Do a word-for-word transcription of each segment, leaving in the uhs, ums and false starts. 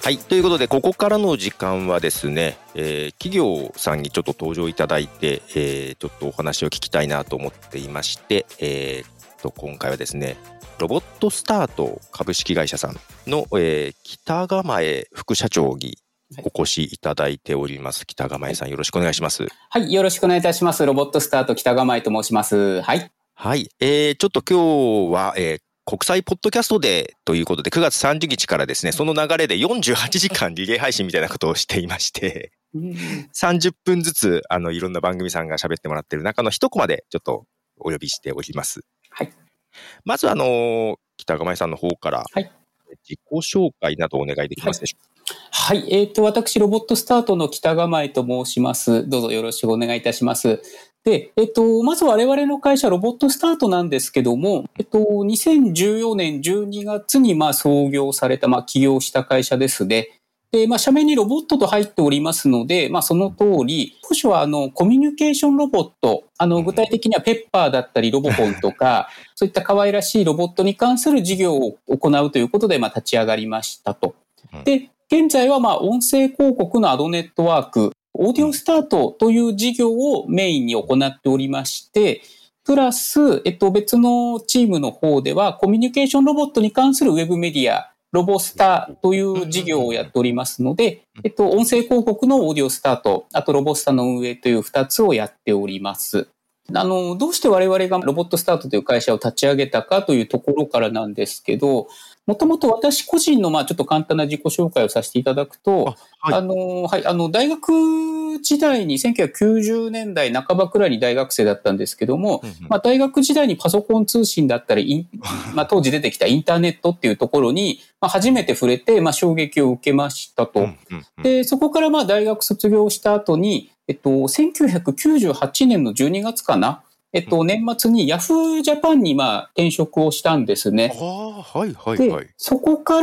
はい、ということでここからの時間はですね、えー、企業さんにちょっと登場いただいて、えー、ちょっとお話を聞きたいなと思っていまして、えー、と今回はですねロボットスタート株式会社さんの、えー、北構副社長にお越しいただいております。はい、北構さん、よろしくお願いします。 はい、よろしくお願いいたします。ロボットスタート北構と申します。はい。 はい、えー、ちょっと今日は、えー国際ポッドキャストデーということでくがつさんじゅうにちからですね、その流れでよんじゅうはちじかんリレー配信みたいなことをしていましてさんじゅっぷんずつあのいろんな番組さんが喋ってもらっている中の一コマでちょっとお呼びしております。 はい。 まずあの北構さんの方から、はい、自己紹介などお願いできますでしょうか。 はい、はい、えっと私ロボットスタートの北構と申します。どうぞよろしくお願いいたします。で、えっと、まず我々の会社ロボットスタートなんですけども、えっと、にせんじゅうよねんじゅうにがつにまあ創業された、まあ起業した会社ですね。で、まあ社名にロボットと入っておりますので、まあその通り、当初はあのコミュニケーションロボット、あの具体的にはペッパーだったりロボホンとか、そういった可愛らしいロボットに関する事業を行うということで、まあ立ち上がりましたと。で、現在はまあ音声広告のアドネットワーク、オーディオスタートという事業をメインに行っておりまして、プラス、えっと、別のチームの方ではコミュニケーションロボットに関するウェブメディア、ロボスタという事業をやっておりますので、えっと、音声広告のオーディオスタート、あとロボスタの運営というふたつをやっております。あの、どうして我々がロボットスタートという会社を立ち上げたかというところからなんですけど、もともと私個人のまあちょっと簡単な自己紹介をさせていただくと、あ、はい、あの、はい、あの、大学時代にせんきゅうひゃくきゅうじゅうねんだいなかばくらいに大学生だったんですけども、うんうん、まあ大学時代にパソコン通信だったり、まあ当時出てきたインターネットっていうところに、まあ初めて触れて、まあ衝撃を受けましたと。うんうんうん、で、そこからまあ大学卒業した後に、えっと、せんきゅうひゃくきゅうじゅうはちねんのじゅうにがつかな。えっと、年末にヤフージャパンにまあ転職をしたんですね。 ああ、はいはいはい。 で、そこから、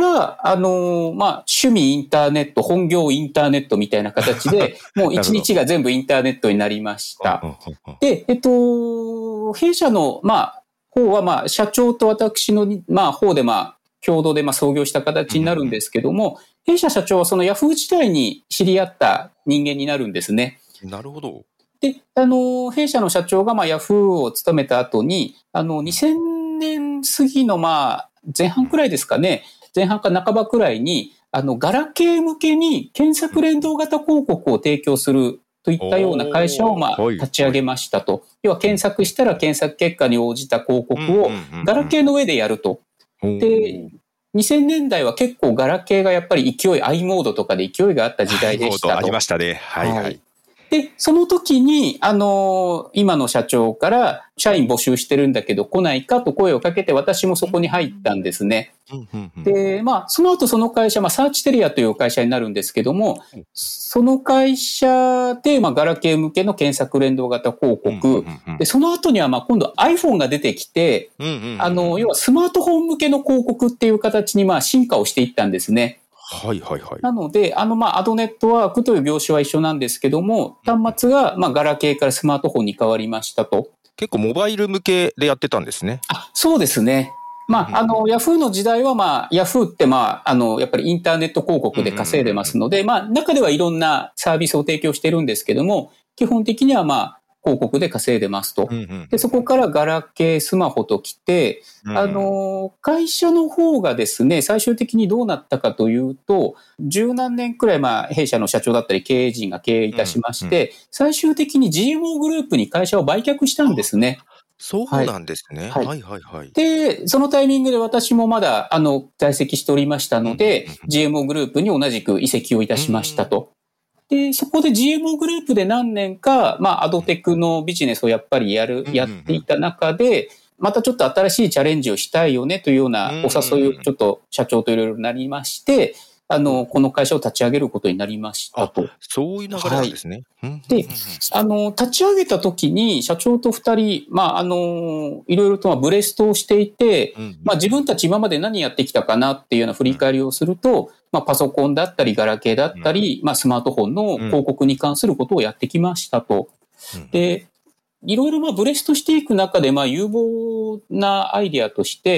あのー、まあ、趣味インターネット、本業インターネットみたいな形で、もう一日が全部インターネットになりました。で、えっと、弊社の、まあ、方は、まあ、社長と私の、まあ、方で、まあ、共同で、まあ、創業した形になるんですけども、弊社社長はそのヤフー時代に知り合った人間になるんですね。 なるほど。 で、あの、弊社の社長が、まあ、ヤフーを務めた後に、あの、にせんねん過ぎの、まあ、前半くらいですかね、前半か半ばくらいに、あの、ガラケー向けに検索連動型広告を提供するといったような会社を、まあ、立ち上げましたと。要は、検索したら検索結果に応じた広告をガラケーの上でやると。で、にせんねんだいは結構ガラケーがやっぱり勢い、i モードとかで勢いがあった時代でしたと。 ありましたね。はいはい。はいで、その時に、あの、今の社長から、社員募集してるんだけど来ないかと声をかけて、私もそこに入ったんですね。で、まあ、その後その会社、まあ、サーチテリアという会社になるんですけども、その会社で、まあ、ガラケー向けの検索連動型広告、で、その後には、まあ、今度 iPhone が出てきて、あの、要はスマートフォン向けの広告っていう形に、まあ、進化をしていったんですね。 はいはいはい。 なので、あの、まあ、アドネットワークという業種は一緒なんですけども、端末が、まあ、ガラケーからスマートフォンに変わりましたと。 結構モバイル向けでやってたんですね。 あ、そうですね。まあ、あの、ヤフーの時代は、まあ、ヤフーって、まあ、あの、やっぱりインターネット広告で稼いでますので、まあ、中ではいろんなサービスを提供してるんですけども、基本的には、まあ、広告で稼いでますと。で、そこからガラケー、スマホと来て、あの、会社の方がですね、最終的にどうなったかというと、十何年くらい、まあ、弊社の社長だったり経営陣が経営いたしまして、最終的に ジーエムオー グループに会社を売却したんですね。 そうなんですね。はい、はい、はいはい。 で、そのタイミングで私もまだ、あの、在籍しておりましたので、ジーエムオー グループに同じく移籍をいたしましたと。で、そこで ジーエムオー グループで何年か、まあ、アドテクのビジネスをやっぱりやる、やっていた中で、またちょっと新しいチャレンジをしたいよねというようなお誘いをちょっと社長といろいろなりまして、あの、この会社を立ち上げることになりましたと。 そういう流れなんですね。 はい、で、あの、立ち上げた時に社長と二人、まあ、あの、いろいろとまあブレストをしていて、まあ、自分たち今まで何やってきたかなっていうような振り返りをすると、まあ、パソコンだったり、ガラケーだったり、まあ、スマートフォンの広告に関することをやってきましたと。で、いろいろまあブレストしていく中で、まあ、有望なアイデアとして、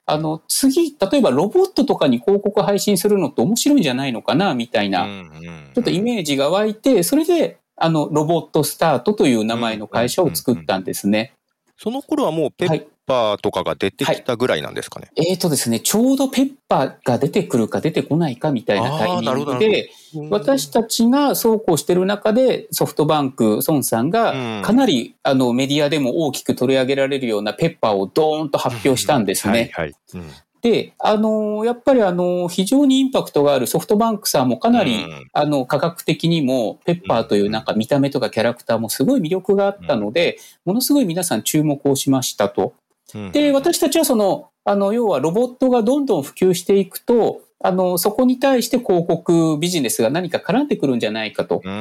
あの、次、例えばロボットとかに広告配信するのって面白いんじゃないのかな、みたいな、ちょっとイメージが湧いて、それで、あの、ロボットスタートという名前の会社を作ったんですね。 その頃はもうペッパーとかが出てきたぐらいなんですかね。 はいはい、えーとですね、ちょうどペッパーが出てくるか出てこないかみたいなタイミングで、私たちがそうこうしてる中でソフトバンク孫さんがかなりあのメディアでも大きく取り上げられるようなペッパーをドーンと発表したんですね。はいはい、うん、で、あの、やっぱりあの、非常にインパクトがあるソフトバンクさんもかなり、うん、あの、価格的にも、ペッパーというなんか見た目とかキャラクターもすごい魅力があったので、うん、ものすごい皆さん注目をしましたと。で、私たちはその、あの、要はロボットがどんどん普及していくと、あの、そこに対して広告ビジネスが何か絡んでくるんじゃないかと。うん、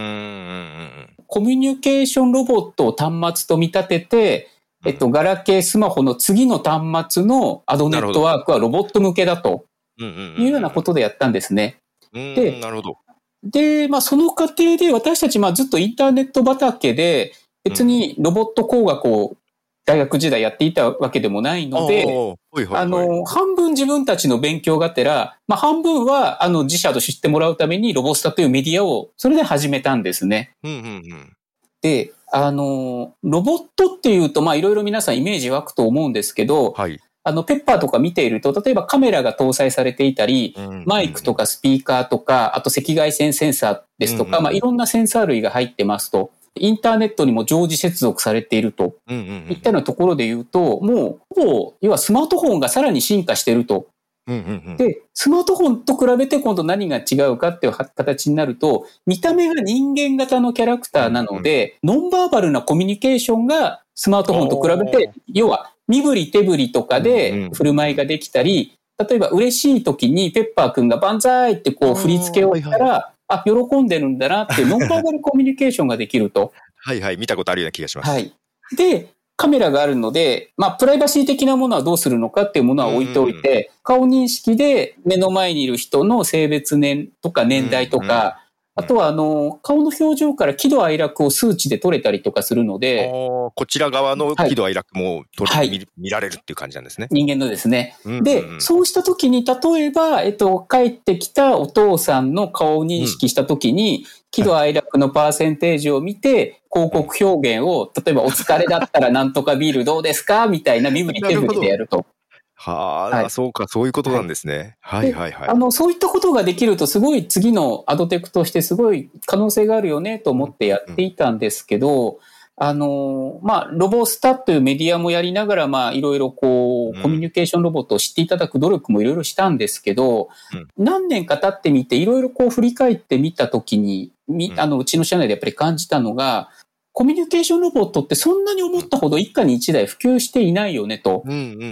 コミュニケーションロボットを端末と見立てて、えっと、ガラケースマホの次の端末のアドネットワークはロボット向けだというようなことでやったんですね。 で、なるほど。 で、まあ、その過程で私たち、まあ、ずっとインターネット畑で、別にロボット工学を大学時代やっていたわけでもないので、あの、半分自分たちの勉強がてら、まあ、半分は、あの、自社と知ってもらうためにロボスタというメディアを、それで始めたんですね。うんうんうん、で、あの、ロボットっていうと、まあ、いろいろ皆さんイメージ湧くと思うんですけど、はい、あの、ペッパーとか見ていると、例えばカメラが搭載されていたり、うんうんうん、マイクとかスピーカーとか、あと赤外線センサーですとか、うんうん、まあ、いろんなセンサー類が入ってますと。インターネットにも常時接続されているといったようなところで言うと、もう、ほぼ、要はスマートフォンがさらに進化していると。うんうんうん、で、スマートフォンと比べて今度何が違うかっていう形になると、見た目が人間型のキャラクターなので、うんうん、ノンバーバルなコミュニケーションがスマートフォンと比べて、要は身振り手振りとかで振る舞いができたり、例えば嬉しい時にペッパーくんが万歳ってこう振り付けをしたら、はいはい、あ、喜んでるんだなっていうノンバーバルコミュニケーションができると。 はいはい、見たことあるような気がします。 はい。で、カメラがあるので、まあ、プライバシー的なものはどうするのかっていうものは置いておいて、顔認識で目の前にいる人の性別年とか年代とか、あとは、あの、顔の表情から喜怒哀楽を数値で取れたりとかするので、 こちら側の喜怒哀楽も取れ、はい、見, 見られるっていう感じなんですね。 人間のですね。うんうんうん、で、そうした時に、例えば、えっと、帰ってきたお父さんの顔を認識した時に、うん、喜怒哀楽のパーセンテージを見て、広告表現を、例えばお疲れだったらなんとかビールどうですかみたいな身振り手振りでやると。 はあ、はい、そうか、そういうことなんですね。はい、はい、はいはい。 あの、そういったことができると、すごい次のアドテクとしてすごい可能性があるよねと思ってやっていたんですけど、うん、あの、まあ、ロボスタというメディアもやりながら、まあ、いろいろこう、コミュニケーションロボットを知っていただく努力もいろいろしたんですけど、うん、何年か経ってみて、いろいろこう振り返ってみたときに、み、あの、うちの社内でやっぱり感じたのが、コミュニケーションロボットってそんなに思ったほど一家に一台普及していないよねと。うんうんうんうん、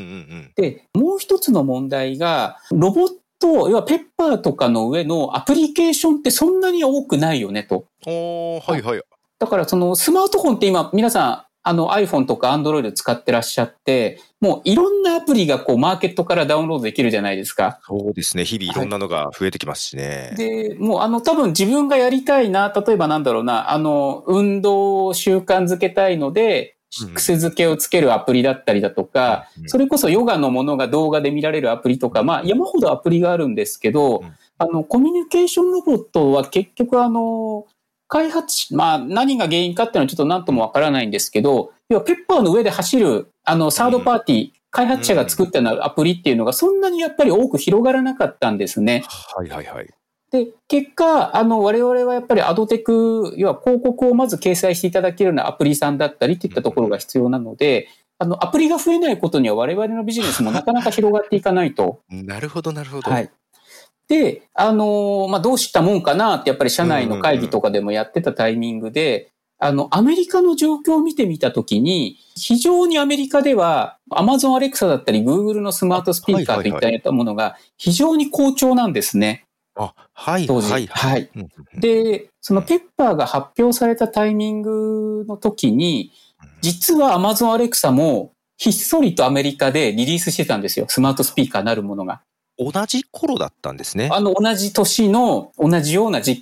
で、もう一つの問題が、ロボット、要はペッパーとかの上のアプリケーションってそんなに多くないよねと。 おー、はいはい。 だからそのスマートフォンって今皆さんあの iPhone とか Android 使ってらっしゃって、もういろんなアプリがこうマーケットからダウンロードできるじゃないですか。 そうですね。日々いろんなのが増えてきますしね。 はい、で、もうあの多分自分がやりたいな、例えばなんだろうな、あの運動を習慣づけたいので、癖づけをつけるアプリだったりだとか、うんうん、それこそヨガのものが動画で見られるアプリとか、まあ山ほどアプリがあるんですけど、うん、あのコミュニケーションロボットは結局あの、開発、まあ何が原因かっていうのはちょっと何ともわからないんですけど、要はペッパーの上で走る、あのサードパーティー、うん、開発者が作ったアプリっていうのがそんなにやっぱり多く広がらなかったんですね。 はいはいはい。 で、結果、あの我々はやっぱりアドテク、要は広告をまず掲載していただけるようなアプリさんだったりっていったところが必要なので、あのアプリが増えないことには我々のビジネスもなかなか広がっていかないと。 なるほどなるほど。 はい。で、あの、まあ、どうしたもんかなってやっぱり社内の会議とかでもやってたタイミングで、あの、アメリカの状況を見てみたときに、非常にアメリカでは Amazon Alexa だったり Google のスマートスピーカーといったものが非常に好調なんですね。 あ、はい、 当時。 はい、 はい。で、そのペッパーが発表されたタイミングの時に、実は Amazon Alexa もひっそりとアメリカでリリースしてたんですよ。スマートスピーカーなるものが。 同じ頃だったんですね。 あの、同じ年の同じような時期に。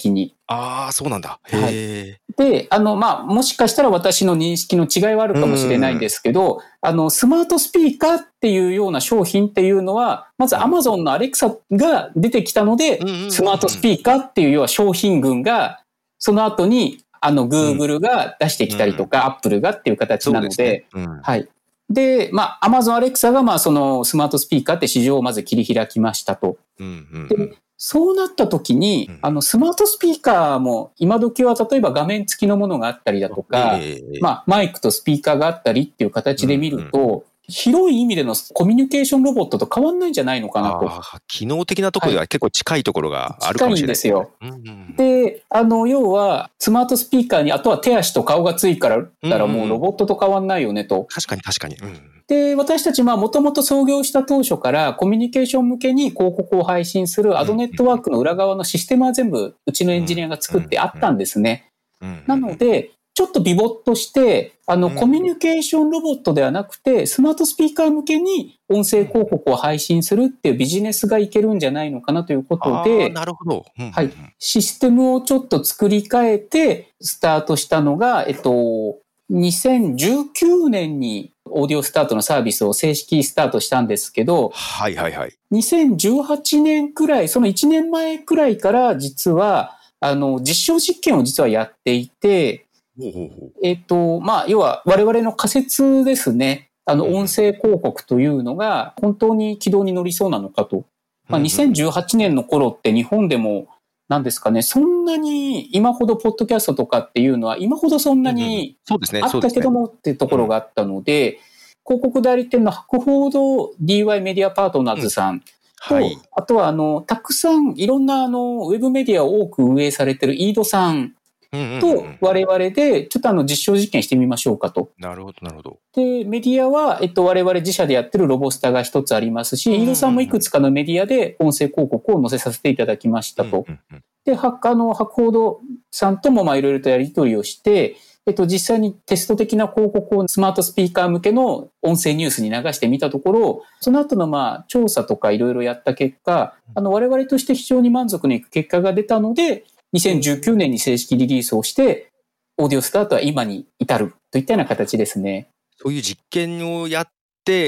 ああ、そうなんだ。へえ。 はい、で、あの、まあ、もしかしたら私の認識の違いはあるかもしれないんですけど、あの、スマートスピーカーっていうような商品っていうのは、まず Amazon の Alexa が出てきたので、スマートスピーカーっていうような商品群が、その後に、あの、Google が出してきたりとか、うん、Apple がっていう形なので、 ね、うん、 はい。で、まあ、Amazon Alexa が、まあ、そのスマートスピーカーって市場をまず切り開きましたと。 うんうんうん、 でそうなった時に、あの、スマートスピーカーも、今時は例えば画面付きのものがあったりだとか、えー、まあ、マイクとスピーカーがあったりっていう形で見ると、うんうん、広い意味でのコミュニケーションロボットと変わんないんじゃないのかなと。 機能的なところでは結構近いところがあるかもしれないですね。 近いんですよ。うんうん、で、あの、要は、スマートスピーカーに、あとは手足と顔がついからたらもうロボットと変わんないよねと。うんうん、 確かに確かに。うん、 で、私たち、まあ、もともと創業した当初からコミュニケーション向けに広告を配信するアドネットワークの裏側のシステムは全部うちのエンジニアが作ってあったんですね。なので、ちょっとビボッとして、あの、コミュニケーションロボットではなくて、スマートスピーカー向けに音声広告を配信するっていうビジネスがいけるんじゃないのかなということで、 なるほど。 はい。システムをちょっと作り変えて、スタートしたのが、えっと、にせんじゅうきゅうねんにオーディオスタートのサービスを正式スタートしたんですけど、 はいはいはい。 にせんじゅうはちねんくらい、そのいちねんまえくらいから実は、あの、実証実験を実はやっていて、 ほうほうほうえっと、まあ、要は我々の仮説ですね。あの、音声広告というのが本当に軌道に乗りそうなのかと。まあ、にせんじゅうはちねんの頃って日本でも、なんですかね、そんなに今ほどポッドキャストとかっていうのは今ほどそんなにあったけどもっていうところがあったので、広告代理店の博報堂 ディーワイ メディアパートナーズさんと、うんはい、あとはあの、たくさんいろんなあの、ウェブメディアを多く運営されているイードさんと我々でちょっとあの実証実験してみましょうかと。 なるほど、なるほど。 で、メディアは、えっと、我々自社でやってるロボスタが一つありますし、イードさんもいくつかのメディアで音声広告を載せさせていただきましたと。で、あの、博報堂さんともまあいろいろとやり取りをして、えっと、実際にテスト的な広告をスマートスピーカー向けの音声ニュースに流してみたところ、その後のまあ調査とかいろいろやった結果、あの、我々として非常に満足のいく結果が出たので、にせんじゅうきゅうねんに正式リリースをして、オーディオスタートは今に至るといったような形ですね。 そういう実験をやって、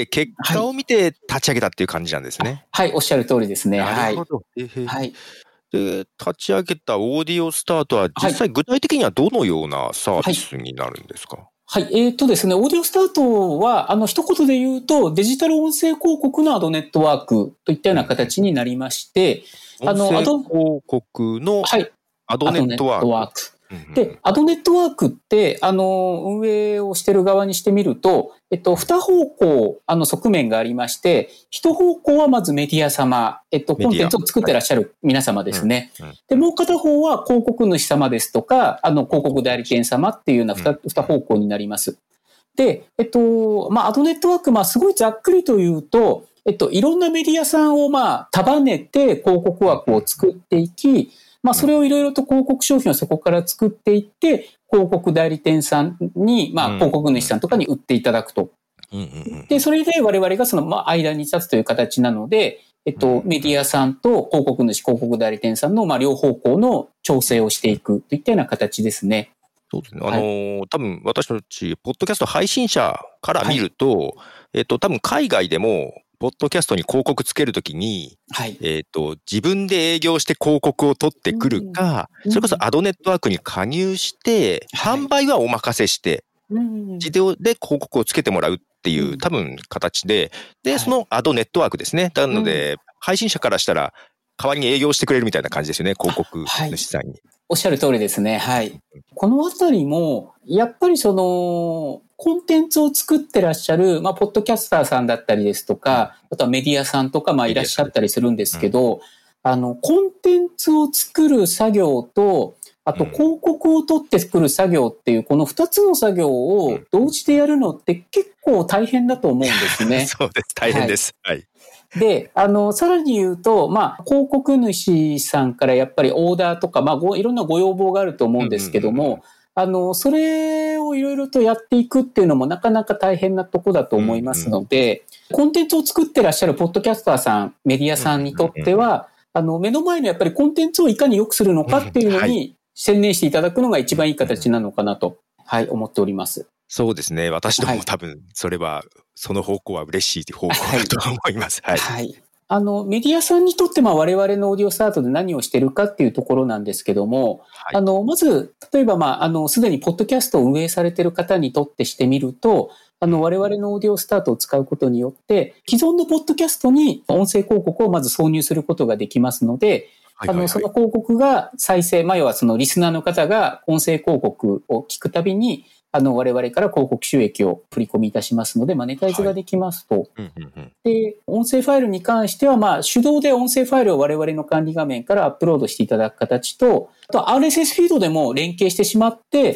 結果を見て立ち上げたっていう感じなんですね。 はい、はい、おっしゃる通りですね。 なるほど。 はい。はい、 で、立ち上げたオーディオスタートは実際具体的にはどのようなサービスになるんですか？ はい、はい、えー、っとですね、オーディオスタートは、あの、一言で言うと、デジタル音声広告のアドネットワークといったような形になりまして、 うん、あの、音声広告の、はい。アドネットワーク。 ワークで、アドネットワークって、あの、運営をしてる側にしてみると、えっと、二方向、あの、側面がありまして、一方向はまずメディア様、えっと、コンテンツを作ってらっしゃる皆様ですね。はいうんうん、で、もう片方は広告主様ですとか、あの、広告代理店様っていうような二、二方向になります。で、えっと、まあ、アドネットワーク、まあ、すごいざっくりと言うと、えっと、いろんなメディアさんを、まあ、束ねて広告枠を作っていき、まあ、それをいろいろと広告商品をそこから作っていって、広告代理店さんに、まあ、広告主さんとかに売っていただくと。で、それで我々がその、まあ、間に立つという形なので、えっと、メディアさんと広告主、広告代理店さんの、まあ、両方向の調整をしていくといったような形ですね。 そうですね。あのー、はい、多分私たち、ポッドキャスト配信者から見ると、はい、えっと、多分海外でも、ポッドキャストに広告つけるときに、はい、えっと、自分で営業して広告を取ってくるか、うん、それこそアドネットワークに加入して、はい、販売はお任せして、うん、自動で広告をつけてもらうっていう、多分形で、で、そのアドネットワークですね。なので、うん、配信者からしたら、代わりに営業してくれるみたいな感じですよね、広告主さんに。はい、 おっしゃる通りですね。はい。このあたりも、やっぱりその、コンテンツを作ってらっしゃる、まあ、ポッドキャスターさんだったりですとか、あとはメディアさんとか、まあ、いらっしゃったりするんですけど、あの、コンテンツを作る作業と、あと広告を取って作る作業っていう、この二つの作業を同時でやるのって結構大変だと思うんですね。 そうです。大変です。はい。はいで、あの、さらに言うと、まあ、広告主さんからやっぱりオーダーとか、まあ、ごいろんなご要望があると思うんですけども、うんうんうん、あの、それをいろいろとやっていくっていうのもなかなか大変なとこだと思いますので、うんうん、コンテンツを作ってらっしゃるポッドキャスターさん、メディアさんにとっては、あの、目の前のやっぱりコンテンツをいかに良くするのかっていうのに、 専念していただくのが一番いい形なのかなと、はい、思っております。 そうですね。私どもも多分、それは、その方向は嬉しい方向だと思います。はい。はい。 あの、メディアさんにとって、まあ、我々のオーディオスタートで何をしてるかっていうところなんですけども、はい、あの、まず、例えば、まあ、あの、すでにポッドキャストを運営されている方にとってしてみると、あの、我々のオーディオスタートを使うことによって、既存のポッドキャストに音声広告をまず挿入することができますので、あの、その広告が再生、まあ、要はそのリスナーの方が音声広告を聞くたびに、あの、我々から広告収益を振り込みいたしますので、マネタイズができますと。はいうんうんうん、で、音声ファイルに関しては、まあ、手動で音声ファイルを我々の管理画面からアップロードしていただく形と、あと アールエスエス フィードでも連携してしまって、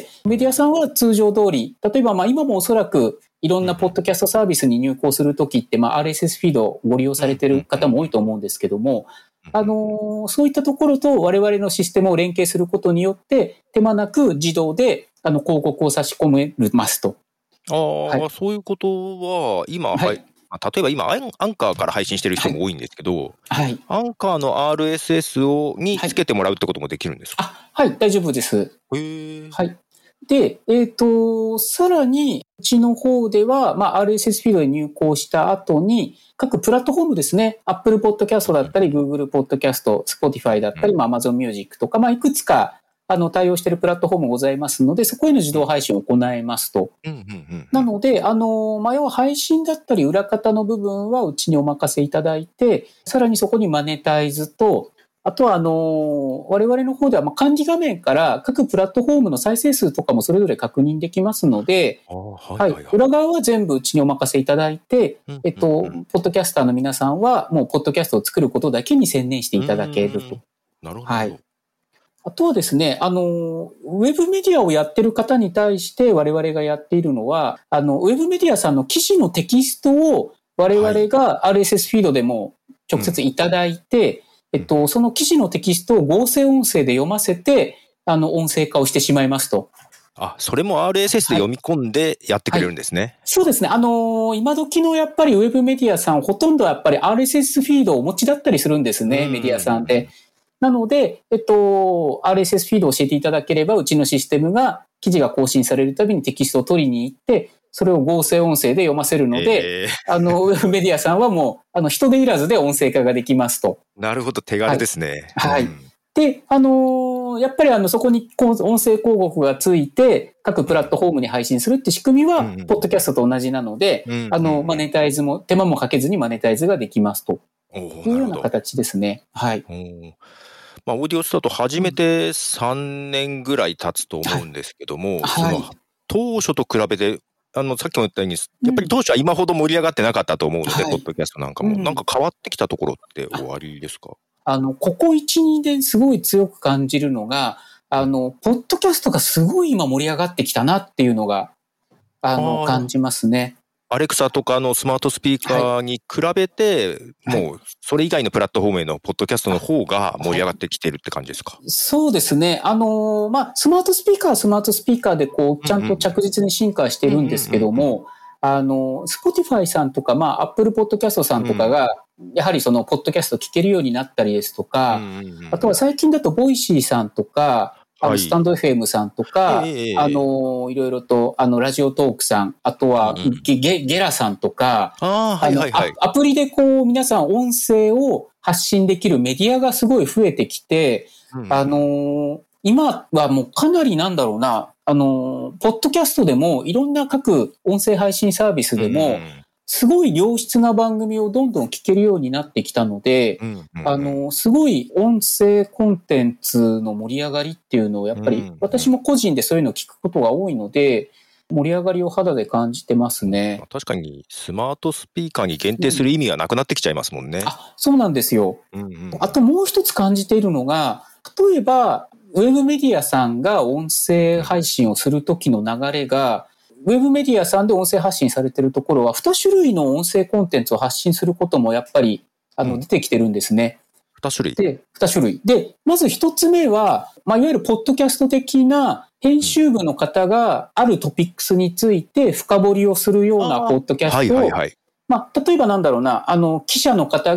メディアさんは通常通り、例えば、まあ、今もおそらく、いろんなポッドキャストサービスに入稿するときって、まあ、アールエスエス フィードをご利用されている方も多いと思うんですけども、あの、そういったところと我々のシステムを連携することによって、手間なく自動であの広告を差し込めますと。 ああ、はい、そういうことは、今、はい、例えば今、アンカーから配信してる人も多いんですけど、はい、アンカーの アールエスエス をにつけてもらうってこともできるんですか？ はい、はい、大丈夫です。 へー。 はい。で、えっと、さらに、うちの方では、まあ、アールエスエス フィードで入稿した後に、各プラットフォームですね、Apple Podcast だったり、Google Podcast、Spotify だったり、まあ、Amazon Music とか、まあ、いくつか、あの、対応しているプラットフォームございますので、そこへの自動配信を行えますと。なので、あの、まあ、要は配信だったり、裏方の部分はうちにお任せいただいて、さらにそこにマネタイズと、あとは、あの、我々の方では、まあ、管理画面から各プラットフォームの再生数とかもそれぞれ確認できますので、はいはい、裏側は全部うちにお任せいただいて、うんうんうん、えっと、ポッドキャスターの皆さんは、もう、ポッドキャストを作ることだけに専念していただけると。 なるほど。 はい。あとはですね、あの、ウェブメディアをやってる方に対して我々がやっているのは、あの、ウェブメディアさんの記事のテキストを我々が アールエスエス フィードでも直接いただいて、うん、えっと、その記事のテキストを合成音声で読ませて、あの、音声化をしてしまいますと。 あ、それも アールエスエス で読み込んでやってくれるんですね。はいはい、 そうですね。あの、今時のやっぱりウェブメディアさん、ほとんどやっぱり アールエスエス フィードをお持ちだったりするんですね、メディアさんで。なので、えっと、アールエスエス フィードを教えていただければ、うちのシステムが記事が更新されるたびにテキストを取りに行って、それを合成音声で読ませるので、えー、あの、ウェブメディアさんはもう、あの、人手いらずで音声化ができますと。 なるほど、手軽ですね。 はい。はいうん、で、あの、やっぱりあの、そこに音声広告がついて、各プラットフォームに配信するって仕組みは、ポッドキャストと同じなので、うんうん、あの、マネタイズも、手間もかけずにマネタイズができますと。いうような形ですね。はい。 まあ、オーディオスタート始めてさんねんぐらい経つと思うんですけども、はい、その当初と比べて、あの、さっきも言ったように、やっぱり当初は今ほど盛り上がってなかったと思うので、はい、ポッドキャストなんかも、うん、なんか変わってきたところって終わりですか？ あの、ここいち、にねんすごい強く感じるのが、あの、ポッドキャストがすごい今盛り上がってきたなっていうのが、あの、感じますね。 アレクサとかのスマートスピーカーに比べて、はい、もうそれ以外のプラットフォームへのポッドキャストの方が盛り上がってきてるって感じですか？ そうですね。あの、まあ、スマートスピーカーはスマートスピーカーでこう、ちゃんと着実に進化してるんですけども、あの、Spotify さんとか、まあ、Apple Podcast さんとかが、やはりその、ポッドキャスト聞けるようになったりですとか、あとは最近だと、ボイシーさんとか、あの、スタンド エフエム さんとか、はい、あの、いろいろと、あの、ラジオトークさん、あとは、うん、ゲ、ゲラさんとか、 あ、はいはいはい、 アプリでこう、皆さん音声を発信できるメディアがすごい増えてきて、うん、あの、今はもうかなりなんだろうな、あの、ポッドキャストでも、いろんな各音声配信サービスでも、うんすごい良質な番組をどんどん聞けるようになってきたので、うんうんうん、あの、すごい音声コンテンツの盛り上がりっていうのをやっぱり私も個人でそういうのを聞くことが多いので、盛り上がりを肌で感じてますね。 確かにスマートスピーカーに限定する意味がなくなってきちゃいますもんね。 うん、あ、そうなんですよ、うんうん。あともう一つ感じているのが、例えばウェブメディアさんが音声配信をする時の流れが、ウェブメディアさんで音声発信されているところはに種類の音声コンテンツを発信することもやっぱりあの出てきてるんですね。 に種類で、に種類。で、まず一つ目は、まあ、いわゆるポッドキャスト的な編集部の方があるトピックスについて深掘りをするようなポッドキャストを、まあ、例えばなんだろうな、あの、記者の方が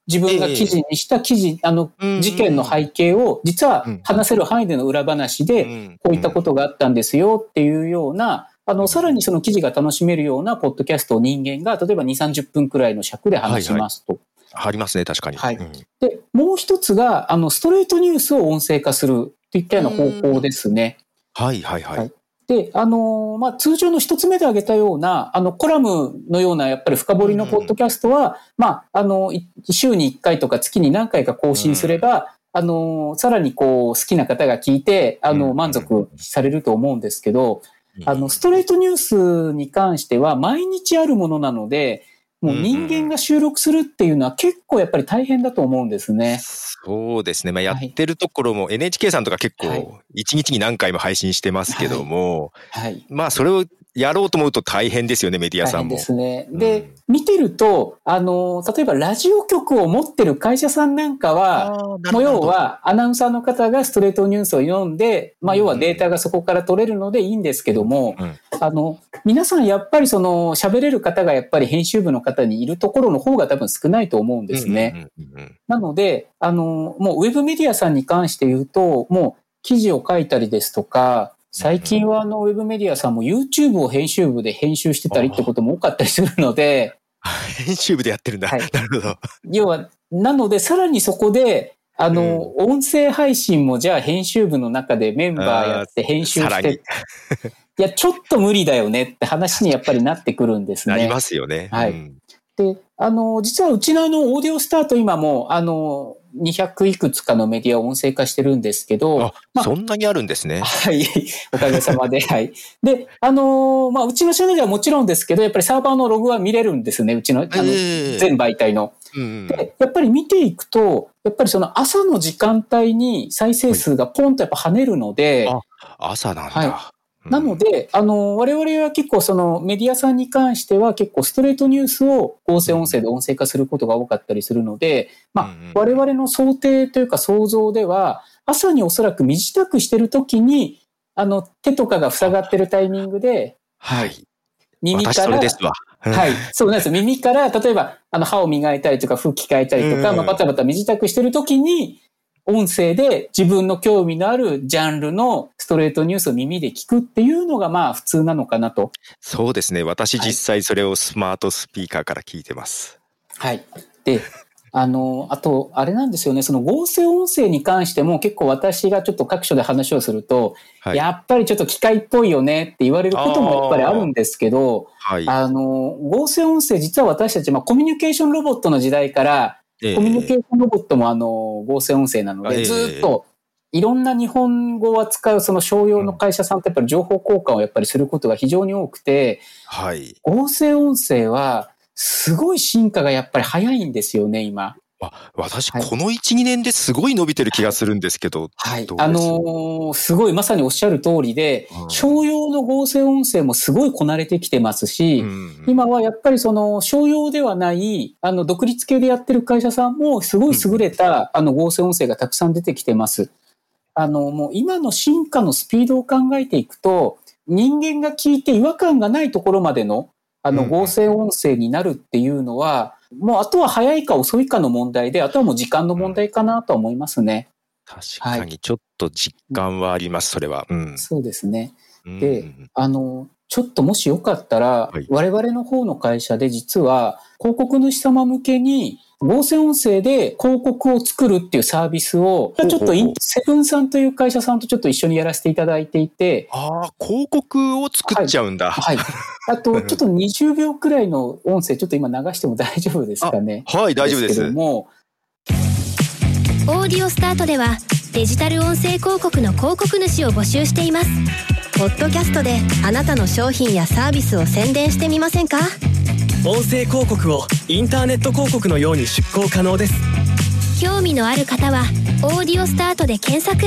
自分が記事にした記事、あの、事件の背景を、実は話せる範囲での裏話で、こういったことがあったんですよっていうような、あの、さらにその記事が楽しめるようなポッドキャストを人間が、例えばに、さんじゅっぷんくらいの尺で話しますと。 はいはい、ありますね、確かに。 はい。で、もう一つが、あの、ストレートニュースを音声化するといったような方向ですね。 はいはいはい。はいで、あのー、まあ、通常の一つ目で挙げたような、あの、コラムのような、やっぱり深掘りのポッドキャストは、うん、まあ、あの、週にいっかいとか月に何回か更新すれば、うん、あのー、さらにこう、好きな方が聞いて、あの、満足されると思うんですけど、うん、あの、ストレートニュースに関しては、毎日あるものなので、もう人間が収録するっていうのは結構やっぱり大変だと思うんですね。 そうですね。まあ、やってるところも エヌエイチケー さんとか結構いちにちに何回も配信してますけども、はいはい、まあそれをやろうと思うと大変ですよね、メディアさんも。 大変ですね。で、うん、見てると、あの、例えばラジオ局を持ってる会社さんなんかは、もう要はアナウンサーの方がストレートニュースを読んで、まあ要はデータがそこから取れるのでいいんですけども、うんうん、あの、皆さんやっぱりその喋れる方がやっぱり編集部の方にいるところの方が多分少ないと思うんですね。なので、あの、もうウェブメディアさんに関して言うと、もう記事を書いたりですとか、最近はあのウェブメディアさんも YouTube を編集部で編集してたりってことも多かったりするので。 編集部でやってるんだ。はい、なるほど。 要は、なのでさらにそこで、あの、うん、音声配信もじゃあ編集部の中でメンバーやって編集して。いや、ちょっと無理だよねって話にやっぱりなってくるんですね。 なりますよね。 はい。うん、で、あの、実はうちのあの、オーディオスタート今も、あの、にひゃくいくつかのメディアを音声化してるんですけど。 あ、まあ、そんなにあるんですね。 はい。おかげさまで。はい。で、あの、まあ、うちのチャンネルはもちろんですけど、やっぱりサーバーのログは見れるんですね。うちの、あの、えー、全媒体の。うん、で、やっぱり見ていくと、やっぱりその朝の時間帯に再生数がポンとやっぱ跳ねるので。 はい、あ、朝なんだ。 はいなので、あの、我々は結構そのメディアさんに関しては結構ストレートニュースを合成音声で音声化することが多かったりするので、まあ、我々の想定というか想像では、朝におそらく身支度してる時に、あの、手とかが塞がってるタイミングで、 はい。 耳から、 私それですわ。 はい。そうなんですよ。耳から、例えば、あの、歯を磨いたりとか、吹き替えたりとか、まあ、バタバタ身支度してる時に、音声で自分の興味のあるジャンルのストレートニュースを耳で聞くっていうのがまあ普通なのかなと。 そうですね。私実際それをスマートスピーカーから聞いてます。 はい。で、あの、あと、あれなんですよね。その合成音声に関しても結構私がちょっと各所で話をすると、はい、やっぱりちょっと機械っぽいよねって言われることもやっぱりあるんですけど、あ,、はい、あの、合成音声実は私たち、まあコミュニケーションロボットの時代から、コミュニケーションロボットもあの合成音声なので、ずっといろんな日本語を扱うその商用の会社さんとやっぱり情報交換をやっぱりすることが非常に多くて、 はい、 合成音声はすごい進化がやっぱり早いんですよね、今。 あ、私、このいち、にねんですごい伸びてる気がするんですけど。 はい。あのー、すごいまさにおっしゃる通りで、うん、商用の合成音声もすごいこなれてきてますし、うんうん、今はやっぱりその商用ではない、あの、独立系でやってる会社さんもすごい優れた、うん、あの、合成音声がたくさん出てきてます。あの、もう今の進化のスピードを考えていくと、人間が聞いて違和感がないところまでの、あの、合成音声になるっていうのは、もうあとは早いか遅いかの問題で、あとはもう時間の問題かなと思いますね。 確かにちょっと実感はあります、それは。うん、 そうですね。で、うん、あの、ちょっともしよかったら、はい、我々の方の会社で実は広告主様向けに合成音声で広告を作るっていうサービスを、ちょっとインセブンさんという会社さんとちょっと一緒にやらせていただいていて。 ああ、広告を作っちゃうんだ。 はい。はい、あと、ちょっとにじゅうびょうくらいの音声、ちょっと今流しても大丈夫ですかね。 はい、大丈夫です。 ですけども、 オーディオスタートではデジタル音声広告の広告主を募集しています。ポッドキャストであなたの商品やサービスを宣伝してみませんか？ 音声広告をインターネット広告のように出稿可能です。 興味のある方はオーディオスタートで検索。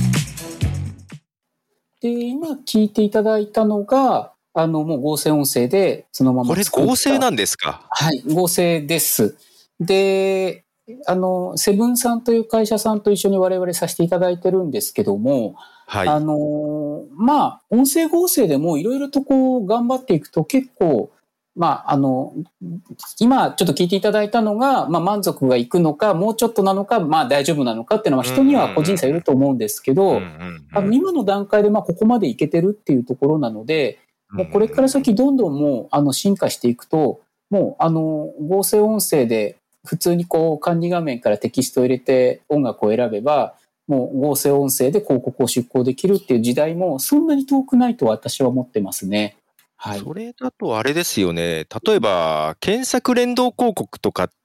で、今聞いていただいたのが、あの、もう合成音声でそのままこれ合成なんですか？ はい、合成です。で、あの、セブンさんという会社さんと一緒に我々させていただいてるんですけども、はい、あの、まあ、音声合成でもいろいろとこう頑張っていくと結構、 まあ、あの、今ちょっと聞いていただいたのが、まあ、満足がいくのか、もうちょっとなのか、まあ、大丈夫なのかっていうのは、人には個人差いると思うんですけど、あの今の段階で、まあ、ここまでいけてるっていうところなので、もうこれから先どんどんもう、あの、進化していくと、もう、あの、合成音声で、普通にこう、管理画面からテキストを入れて音楽を選べば、もう合成音声で広告を出稿できるっていう時代も、そんなに遠くないと私は思ってますね。はい、 それだとあれですよね。例えば、検索連動広告とかって、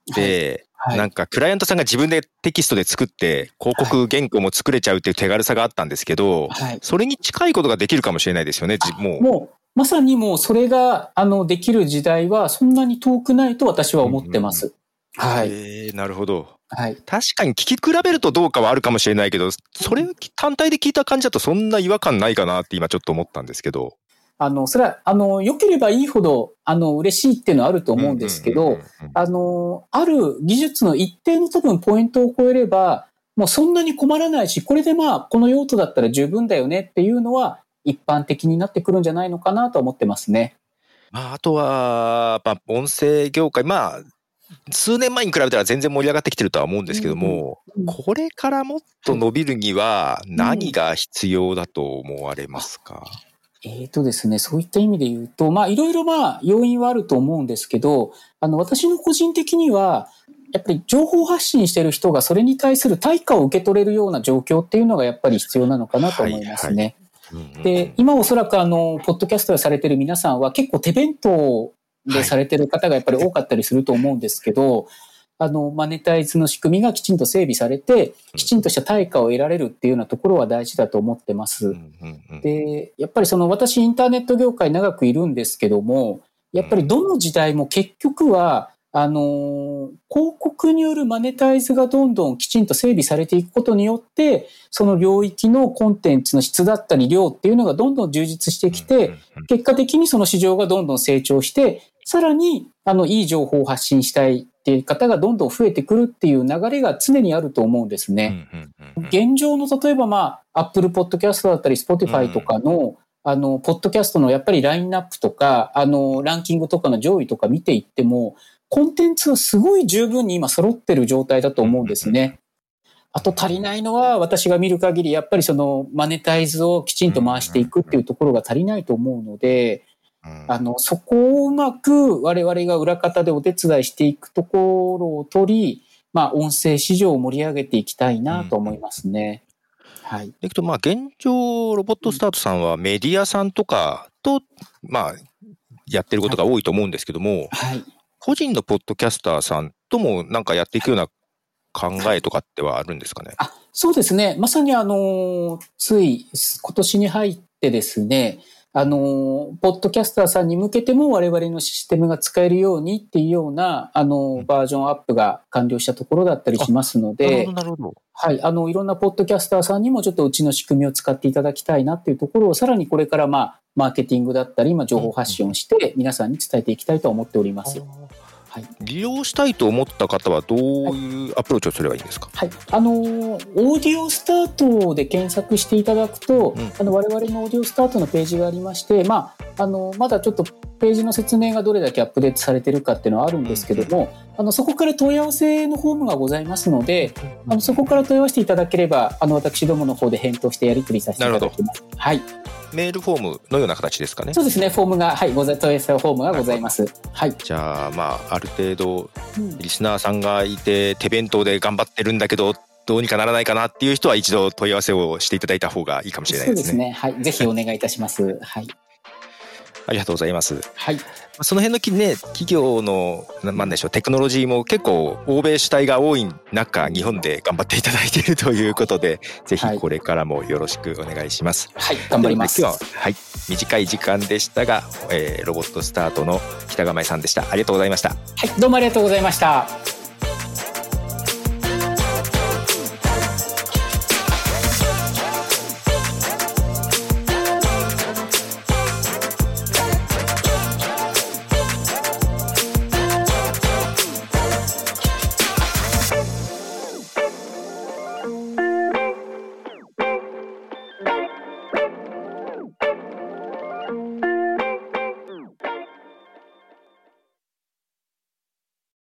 はいはい、なんかクライアントさんが自分でテキストで作って広告原稿も作れちゃうっていう手軽さがあったんですけど、はい、それに近いことができるかもしれないですよね。もう、 もうまさにもうそれがあのできる時代はそんなに遠くないと私は思ってます。うんうん、はい。 えー、なるほど。 はい、 確かに聞き比べるとどうかはあるかもしれないけど、それ単体で聞いた感じだとそんな違和感ないかなって今ちょっと思ったんですけど。 あの、それは、あの、良ければいいほど、あの、嬉しいっていうのはあると思うんですけど、あの、ある技術の一定の多分ポイントを超えれば、もうそんなに困らないし、これでまあ、この用途だったら十分だよねっていうのは、一般的になってくるんじゃないのかなと思ってますね。 まあ、あとは、まあ、音声業界、まあ、数年前に比べたら全然盛り上がってきてるとは思うんですけども、うんうん、これからもっと伸びるには何が必要だと思われますか？ うん、えーとですね、そういった意味で言うと、まあいろいろまあ要因はあると思うんですけど、あの私の個人的には、やっぱり情報発信してる人がそれに対する対価を受け取れるような状況っていうのがやっぱり必要なのかなと思いますね。はいはい、で、今おそらくあの、ポッドキャストをされてる皆さんは結構手弁当でされてる方がやっぱり多かったりすると思うんですけど、はい、あの、マネタイズの仕組みがきちんと整備されて、きちんとした対価を得られるっていうようなところは大事だと思ってます。で、やっぱりその私インターネット業界長くいるんですけども、やっぱりどの時代も結局は、あの、広告によるマネタイズがどんどんきちんと整備されていくことによって、その領域のコンテンツの質だったり量っていうのがどんどん充実してきて、結果的にその市場がどんどん成長して、さらに、あの、いい情報を発信したいっていう方がどんどん増えてくるっていう流れが常にあると思うんですね。現状の例えばまあ、Apple Podcast だったり Spotify とかの、あの、ポッドキャストのやっぱりラインナップとか、あの、ランキングとかの上位とか見ていっても、コンテンツはすごい十分に今揃ってる状態だと思うんですね。あと足りないのは私が見る限りやっぱりそのマネタイズをきちんと回していくっていうところが足りないと思うので、あの、そこをうまく我々が裏方でお手伝いしていくところを取り、まあ音声市場を盛り上げていきたいなと思いますね。はい。 えっと、まあ現状ロボットスタートさんはメディアさんとかと、まあやってることが多いと思うんですけども、はいはい、個人のポッドキャスターさんともなんかやっていくような考えとかってはあるんですかね？ あ、そうですね。まさにあの、つい今年に入ってですね、あの、ポッドキャスターさんに向けても我々のシステムが使えるようにっていうような、あの、バージョンアップが完了したところだったりしますので、 なるほど、なるほど。 はい、あの、いろんなポッドキャスターさんにもちょっとうちの仕組みを使っていただきたいなっていうところを、さらにこれからまあ、マーケティングだったり、今情報発信をして皆さんに伝えていきたいと思っております。はい、 利用したいと思った方はどういうアプローチをすればいいんですか？ はい、あのオーディオスタートで検索していただくと、うん、あの我々のオーディオスタートのページがありまして、まあ、あのまだちょっとページの説明がどれだけアップデートされているかっていうのはあるんですけども、うん、あのそこから問い合わせのフォームがございますので、あのそこから問い合わせていただければ、あの私どもの方で返答してやり取りさせていただきます。はい。 メールフォームのような形ですかね？ そうですね、フォームが、はい、ござ問い合わせフォームがございます。はい。 じゃあ、まあ、ある程度、リスナーさんがいて、手弁当で頑張ってるんだけど、どうにかならないかなっていう人は一度問い合わせをしていただいた方がいいかもしれないですね。 そうですね。はい。ぜひお願いいたします。はい。 ありがとうございます。 はい。 その辺のね、企業の、なんでしょう、テクノロジーも結構欧米主体が多い中、日本で頑張っていただいているということで、ぜひこれからもよろしくお願いします。 はい、頑張ります。 今日は、はい、短い時間でしたが、えー、ロボットスタートの北構さんでした。ありがとうございました。はい、どうもありがとうございました。